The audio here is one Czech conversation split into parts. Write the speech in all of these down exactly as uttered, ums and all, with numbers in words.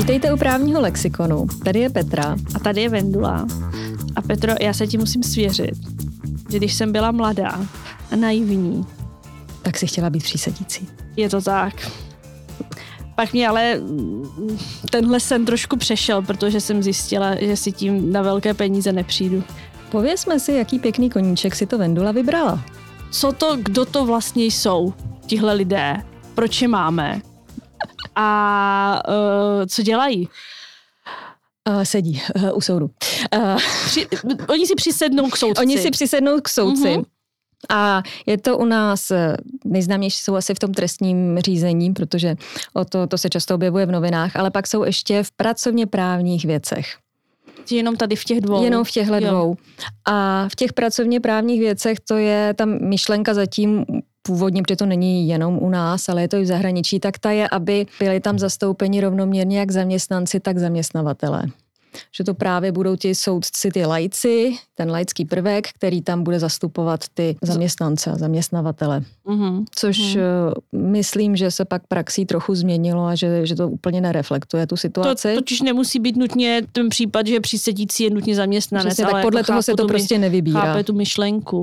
Vítejte u Právního lexikonu. Tady je Petra. A tady je Vendula. A Petro, já se ti musím svěřit, že když jsem byla mladá a naivní, tak si chtěla být přísedící. Je to tak. Pak mě ale tenhle sen trošku přešel, protože jsem zjistila, že si tím na velké peníze nepřijdu. Povězme si, jaký pěkný koníček si to Vendula vybrala. Co to, kdo to vlastně jsou, tihle lidé? Proč je máme? A uh, co dělají? Uh, sedí uh, u soudu. Uh, Při, oni si přisednou k soudci. Oni si přisednou k soudci. Uh-huh. A je to u nás, nejznámější jsou asi v tom trestním řízení, protože o to, to se často objevuje v novinách, ale pak jsou ještě v pracovně právních věcech. Jenom tady v těch dvou. Jenom v těchto dvou. A v těch pracovně právních věcech to je ta myšlenka zatím původně, protože to není jenom u nás, ale je to i v zahraničí, tak ta je, aby byli tam zastoupeni rovnoměrně jak zaměstnanci, tak zaměstnavatelé. Že to právě budou ti soudci, ty laici, ten laický prvek, který tam bude zastupovat ty zaměstnance a zaměstnavatele. Mm-hmm. Což mm. myslím, že se pak praxí trochu změnilo a že, že to úplně nereflektuje tu situaci. To totiž nemusí být nutně ten případ, že přísedící je nutně zaměstnanec. Přesně, ale tak podle jako toho se to prostě nevybírá. Chápe tu myšlenku.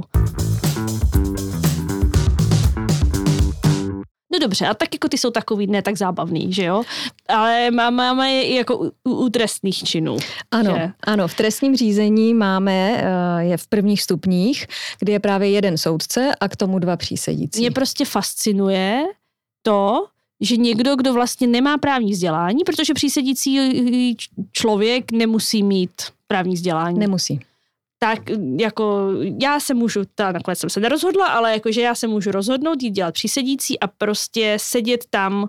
No dobře, a tak jako ty jsou takový ne tak zábavný, že jo? Ale máme je i jako u, u trestných činů. Ano, že? ano, v trestním řízení máme, je v prvních stupních, kdy je právě jeden soudce a k tomu dva přísedící. Mě prostě fascinuje to, že někdo, kdo vlastně nemá právní vzdělání, protože přísedící člověk nemusí mít právní vzdělání. Nemusí. Tak jako já se můžu, ta nakonec jsem se nerozhodla, ale jakože já se můžu rozhodnout jít dělat přísedící a prostě sedět tam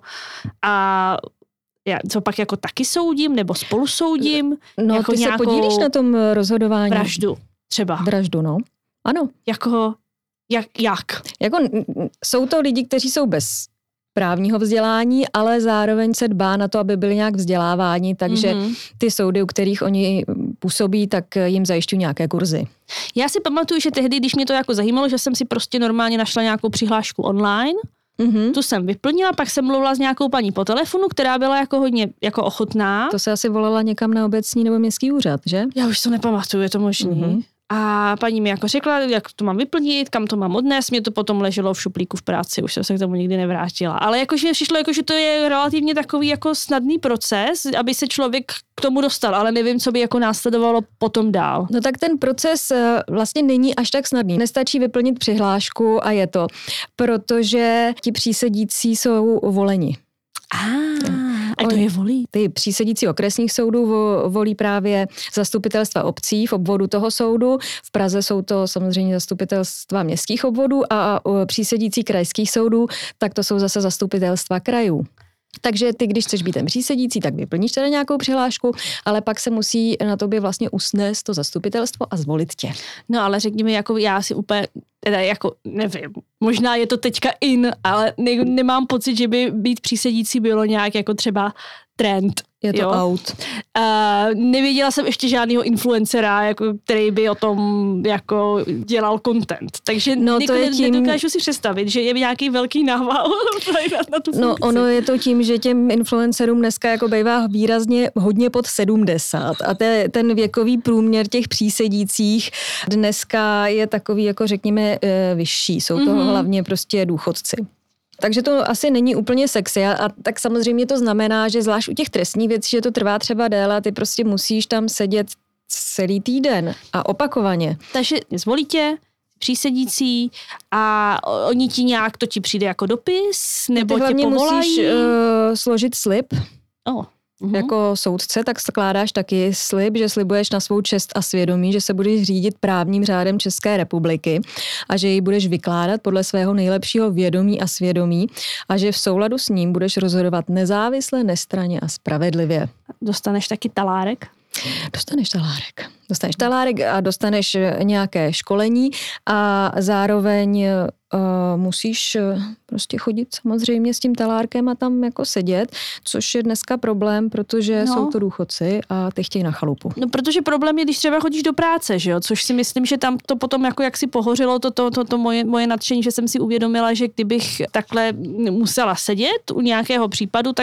a já co pak jako taky soudím nebo spolu soudím. No jako ty se podílíš na tom rozhodování. Vraždu třeba. Vraždu, no. Ano. Jako, jak? jak? Jako jsou to lidi, kteří jsou bez právního vzdělání, ale zároveň se dbá na to, aby byli nějak vzděláváni, takže mm-hmm. ty soudy, u kterých oni působí, tak jim zajišťují nějaké kurzy. Já si pamatuju, že tehdy, když mě to jako zajímalo, že jsem si prostě normálně našla nějakou přihlášku online, mm-hmm. tu jsem vyplnila, pak jsem mluvila s nějakou paní po telefonu, která byla jako hodně jako ochotná. To se asi volala někam na obecní nebo městský úřad, že? Já už to nepamatuju, je to možný. Mm-hmm. A paní mi jako řekla, jak to mám vyplnit, kam to mám odnést, mě to potom leželo v šuplíku v práci, už jsem se k tomu nikdy nevrátila. Ale jakože přišlo, jakože to je relativně takový jako snadný proces, aby se člověk k tomu dostal, ale nevím, co by jako následovalo potom dál. No tak ten proces vlastně není až tak snadný. Nestačí vyplnit přihlášku a je to, protože ti přísedící jsou voleni. Ah. A kdo je volí? Ty přísedící okresních soudů volí právě zastupitelstva obcí v obvodu toho soudu. V Praze jsou to samozřejmě zastupitelstva městských obvodů a přísedící krajských soudů, tak to jsou zase zastupitelstva krajů. Takže ty, když chceš být ten přísedící, tak vyplníš teda nějakou přihlášku, ale pak se musí na tobě vlastně usnést to zastupitelstvo a zvolit tě. No ale řekni mi, jako já si úplně, teda jako nevím, možná je to teďka in, ale ne, nemám pocit, že by být přísedící bylo nějak jako třeba trend. Je to jo? out. Uh, nevěděla jsem ještě žádného influencera, jako, který by o tom jako dělal content. Takže no, to je tím... nedokážu si představit, že je nějaký velký nával na, na tu funkci. No ono je to tím, že těm influencerům dneska jako bývá výrazně hodně pod sedmdesát a te, ten věkový průměr těch přísedících dneska je takový jako řekněme vyšší. Jsou to mm-hmm. hlavně prostě důchodci. Takže to asi není úplně sexy a, a tak samozřejmě to znamená, že zvlášť u těch trestních věcí, že to trvá třeba déle a ty prostě musíš tam sedět celý týden a opakovaně. Takže zvolí tě přísedící a oni ti nějak, to ti přijde jako dopis, nebo tě povolají? Musíš uh, složit slib. Oh. Uhum. Jako soudce, tak skládáš taky slib, že slibuješ na svou čest a svědomí, že se budeš řídit právním řádem České republiky a že ji budeš vykládat podle svého nejlepšího vědomí a svědomí a že v souladu s ním budeš rozhodovat nezávisle, nestranně a spravedlivě. Dostaneš taky talárek? Dostaneš talárek. Dostaneš talárek a dostaneš nějaké školení a zároveň uh, musíš uh, prostě chodit samozřejmě s tím talárkem a tam jako sedět, což je dneska problém, protože no. jsou to důchodci a ty chtějí na chalupu. No, protože problém je, když třeba chodíš do práce, že jo, což si myslím, že tam to potom jako jak si pohořilo to, to, to, to moje, moje nadšení, že jsem si uvědomila, že kdybych takhle musela sedět u nějakého případu, tak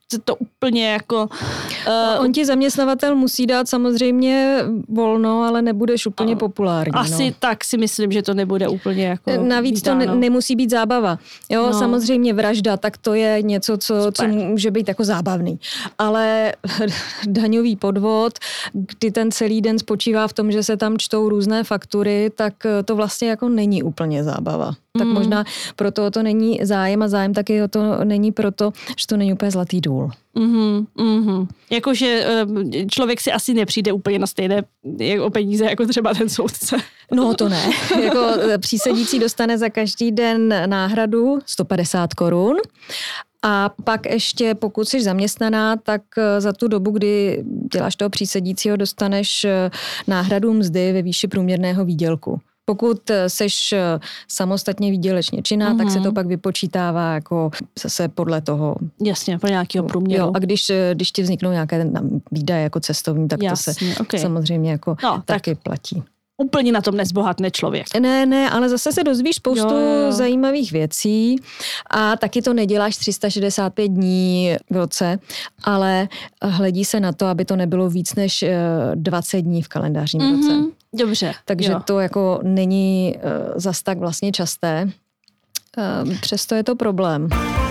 to úplně jako... Uh, On ti zaměstnavatel musí dát samozřejmě volno, ale nebudeš úplně uh, populární. Asi no. tak si myslím, že to nebude úplně jako... Navíc vítáno. To ne, nemusí být zábava. Jo, no. Samozřejmě vražda, tak to je něco, co, co může být jako zábavný. Ale daňový podvod, kdy ten celý den spočívá v tom, že se tam čtou různé faktury, tak to vlastně jako není úplně zábava. Tak mm. možná proto to není zájem a zájem taky o to není proto, že to není úplně zlatý důl. Mm-hmm, mm-hmm. Jakože člověk si asi nepřijde úplně na stejné jako peníze, jako třeba ten soudce. No to ne. Jako přísedící dostane za každý den náhradu sto padesát korun. A pak ještě, pokud jsi zaměstnaná, tak za tu dobu, kdy děláš toho přísedícího, dostaneš náhradu mzdy ve výši průměrného výdělku. Pokud seš samostatně výdělečně činná, mm-hmm. tak se to pak vypočítává jako zase podle toho. Jasně, pro nějakého průměru. Jo, a když, když ti vzniknou nějaké výdaje jako cestovní, tak Jasně, to se okay. samozřejmě jako no, taky tak. platí. Úplně na tom nezbohatne člověk. Ne, ne, ale zase se dozvíš spoustu jo, jo. zajímavých věcí a taky to neděláš tři sta šedesát pět dní v roce, ale hledí se na to, aby to nebylo víc než dvacet dní v kalendářním mm-hmm. roce. Dobře. Takže jo. to jako není uh, zas tak vlastně časté. Uh, přesto je to problém.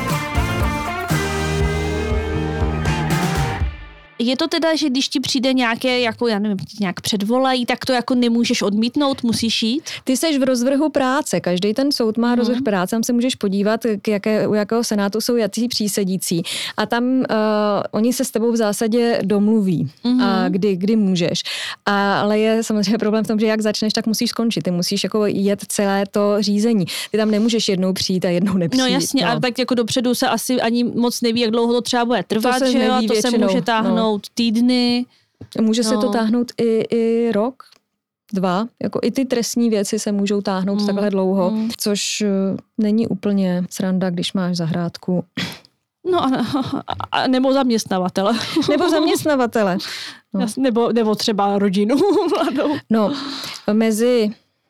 Je to teda, že když ti přijde nějaké, jako já nevím, nějak předvolají, tak to jako nemůžeš odmítnout, musíš jít? Ty seš v rozvrhu práce, každý ten soud má mm. rozvrh práce, tam se můžeš podívat, k jaké, u jakého senátu jsou jací přísedící a tam uh, oni se s tebou v zásadě domluví, mm. a kdy, kdy můžeš. A, ale je samozřejmě problém v tom, že jak začneš, tak musíš skončit, ty musíš jako jet celé to řízení. Ty tam nemůžeš jednou přijít a jednou nepřijít. No jasně, no. A tak jako dopředu se asi ani moc neví, jak dlouho to třeba bude trvat, to že jo, a to většinou, se může táhnout. No. týdny. Může no. se to táhnout i, i rok, dva. Jako i ty trestní věci se můžou táhnout mm. takhle dlouho, mm. což uh, není úplně sranda, když máš zahrádku. No a, a nebo zaměstnavatele. Nebo zaměstnavatele. No. Nebo, nebo třeba rodinu mladou. No, mezi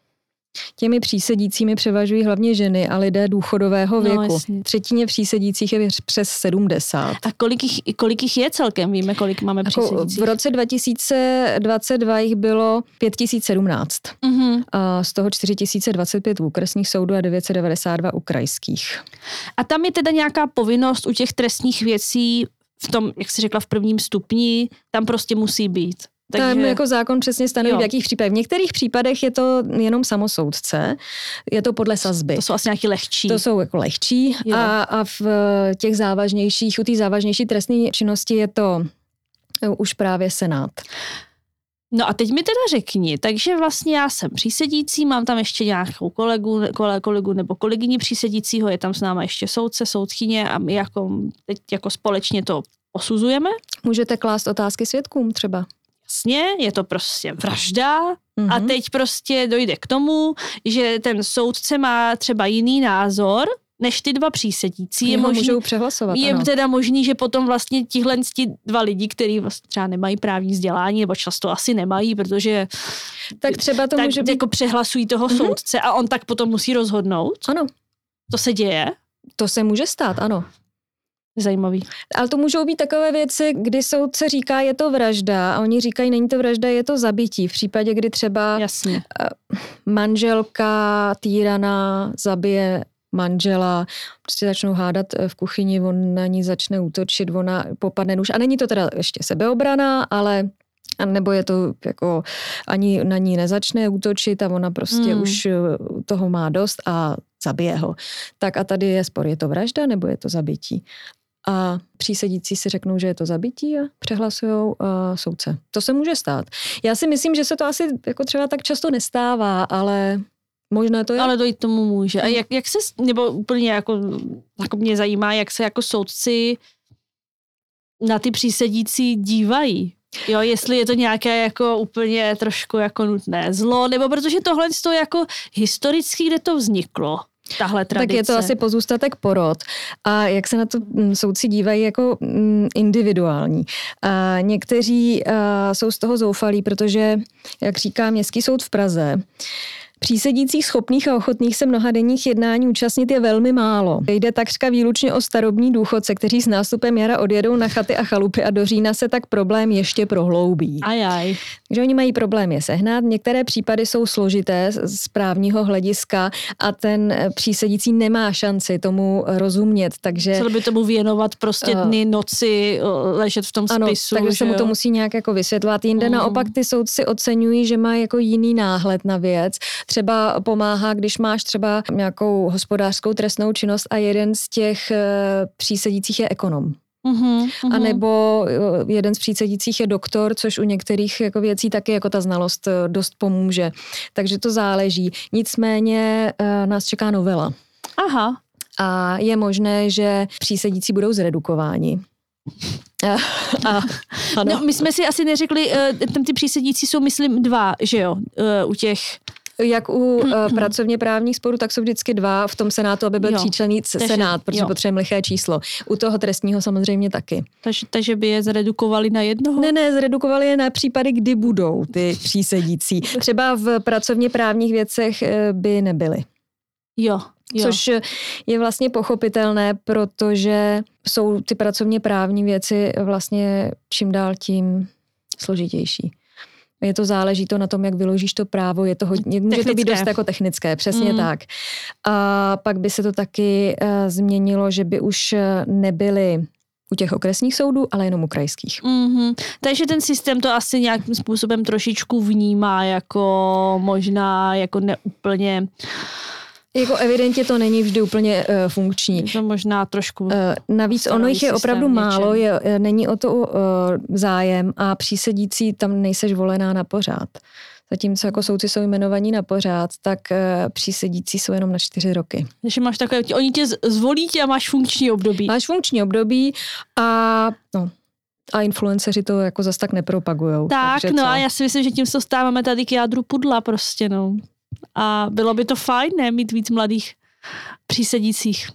těmi přísedícími převažují hlavně ženy a lidé důchodového věku. No, třetině přísedících je přes sedmdesát. A kolik jich, kolik jich je celkem? Víme, kolik máme jako přísedících? V roce dva tisíce dvacet dva jich bylo pět tisíc sedmnáct. Mm-hmm. A z toho čtyři tisíce dvacet pět u okresních soudů a devět set devadesát dva u krajských. A tam je teda nějaká povinnost u těch trestních věcí v tom, jak jsi řekla, v prvním stupni, tam prostě musí být. Takže... Tam jako zákon přesně stanoví, v jakých případech. V některých případech je to jenom samosoudce, je to podle sazby. To jsou asi nějaký lehčí. To jsou jako lehčí a, a v těch závažnějších, u té závažnější trestné činnosti je to už právě senát. No a teď mi teda řekni, takže vlastně já jsem přísedící, mám tam ještě nějakou kolegu, kole, kolegu nebo kolegyni přísedícího, je tam s náma ještě soudce, soudkyně a my jako, teď jako společně to posuzujeme. Můžete klást otázky svědkům třeba. Jasně, je to prostě vražda mm-hmm. a teď prostě dojde k tomu, že ten soudce má třeba jiný názor než ty dva přísedící. Je možný, můžou přehlasovat. Je ano. teda možný, že potom vlastně tihle dva lidi, kteří vlastně třeba nemají právní vzdělání, nebo často asi nemají, protože tak třeba to tak může být... jako přehlasují toho mm-hmm. soudce a on tak potom musí rozhodnout. Ano. To se děje? To se může stát, ano. Zajímavý. Ale to můžou být takové věci, kdy soudce říká, je to vražda a oni říkají, není to vražda, je to zabití. V případě, kdy třeba Jasně. manželka týraná zabije manžela, prostě začnou hádat v kuchyni, on na ní začne útočit, ona popadne nůž. A není to teda ještě sebeobrana, ale nebo je to jako ani na ní nezačne útočit a ona prostě hmm. už toho má dost a zabije ho. Tak a tady je spor, je to vražda nebo je to zabití? A přísedící si řeknou, že je to zabití a přehlasujou uh, soudce. To se může stát. Já si myslím, že se to asi jako třeba tak často nestává, ale možná to je. Ale dojít tomu může. A jak, jak se, nebo úplně jako, jako mě zajímá, jak se jako soudci na ty přísedící dívají. Jo, jestli je to nějaké jako úplně trošku jako nutné zlo, nebo protože tohle je jako historicky, kde to vzniklo. Tahle tradice. Tak je to asi pozůstatek porod. A jak se na to soudci dívají jako individuální. A někteří a, jsou z toho zoufalí, protože, jak říká Městský soud v Praze, Přísedících schopných a ochotných se mnohadenních jednání účastnit je velmi málo. Jde takřka výlučně o starobní důchodce, kteří s nástupem jara odjedou na chaty a chalupy a do října se tak problém ještě prohloubí. Ajaj. Takže oni mají problém je sehnat. Některé případy jsou složité z právního hlediska a ten přísedící nemá šanci tomu rozumět, takže... Chtěl by tomu věnovat prostě dny, noci, ležet v tom ano, spisu. takže se mu jo? to musí nějak jako vysvětlovat. Jinde mm. naopak ty soudci oceňují, že má jako jiný náhled na věc. Třeba pomáhá, když máš třeba nějakou hospodářskou trestnou činnost a jeden z těch přísedících je ekonom. Uhum, uhum. A nebo jeden z přísedících je doktor, což u některých jako věcí taky jako ta znalost dost pomůže. Takže to záleží. Nicméně nás čeká novela. Aha. A je možné, že přísedící budou zredukováni. A, a, ano. No, my jsme si asi neřekli, tam ty přísedící jsou, myslím, dva, že jo, u těch... Jak u uh, pracovně právních sporů, tak jsou vždycky dva v tom senátu, aby byl jo. tříčlenný senát, protože jo. potřebujeme liché číslo. U toho trestního samozřejmě taky. Takže, takže by je zredukovali na jednoho? Ne, ne, zredukovali je na případy, kdy budou ty přísedící. Třeba v pracovně právních věcech by nebyly. Jo. Jo. Což je vlastně pochopitelné, protože jsou ty pracovně právní věci vlastně čím dál tím složitější. Je to, záleží to na tom, jak vyložíš to právo, je to hodně, může to být dost jako technické, přesně mm. tak. A pak by se to taky uh, změnilo, že by už nebyly u těch okresních soudů, ale jenom u krajských. Mm-hmm. Takže ten systém to asi nějakým způsobem trošičku vnímá jako možná jako neúplně... Jako evidentně to není vždy úplně uh, funkční. Je to možná trošku... Uh, navíc ono jich je opravdu něčem. málo, je, není o to uh, zájem a přísedící tam nejseš volená na pořád. Zatímco jako soudci jsou jmenovaní na pořád, tak uh, přísedící jsou jenom na čtyři roky. Takže máš takové, oni tě zvolí tě a máš funkční období. Máš funkční období a no... A influenceři to jako zas tak nepropagujou. Tak, no co? A já si myslím, že tím se dostáváme tady k jádru pudla prostě, no. A bylo by to fajn, ne, mít víc mladých přísedících.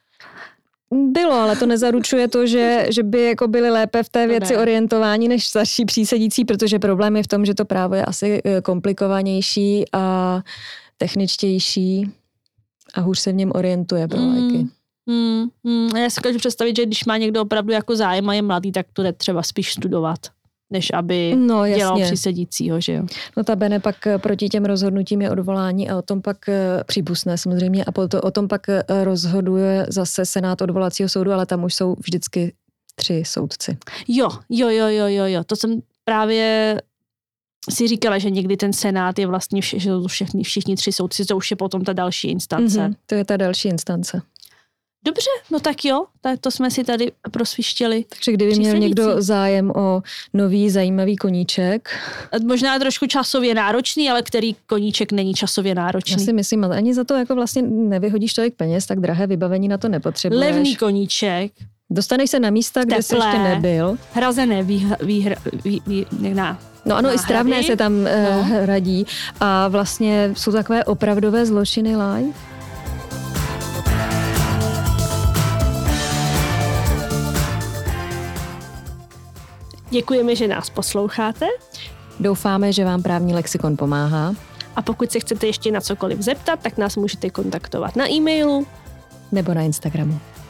Bylo, ale to nezaručuje to, že, že by jako byli lépe v té věci orientováni než starší přísedící, protože problém je v tom, že to právo je asi komplikovanější a techničtější a hůř se v něm orientuje pro lajky. Mm, mm, já si můžu představit, že když má někdo opravdu jako zájem a je mladý, tak to jde třeba spíš studovat, než aby no, dělal přísedícího, že jo. No ta bene pak proti těm rozhodnutím je odvolání a o tom pak přípustné samozřejmě a to, o tom pak rozhoduje zase senát odvolacího soudu, ale tam už jsou vždycky tři soudci. Jo, jo, jo, jo, jo, jo. To jsem právě si říkala, že někdy ten senát je vlastně vše, že všichni, všichni tři soudci, to už je potom ta další instance. Mm-hmm, to je ta další instance. Dobře, no tak jo, tak to jsme si tady prosvištěli. Takže kdyby měl někdo zájem o nový zajímavý koníček. Možná trošku časově náročný, ale který koníček není časově náročný. Já si myslím, ale ani za to jako vlastně nevyhodíš tolik peněz, tak drahé vybavení na to nepotřebuješ. Levný koníček. Dostaneš se na místa, kde jsi ještě nebyl. Hrazené výhra, výhra, vý, vý, na, No ano, i stravné se tam no. uh, radí a vlastně jsou takové opravdové zločiny live. Děkujeme, že nás posloucháte. Doufáme, že vám právní lexikon pomáhá. A pokud se chcete ještě na cokoliv zeptat, tak nás můžete kontaktovat na e-mailu nebo na Instagramu.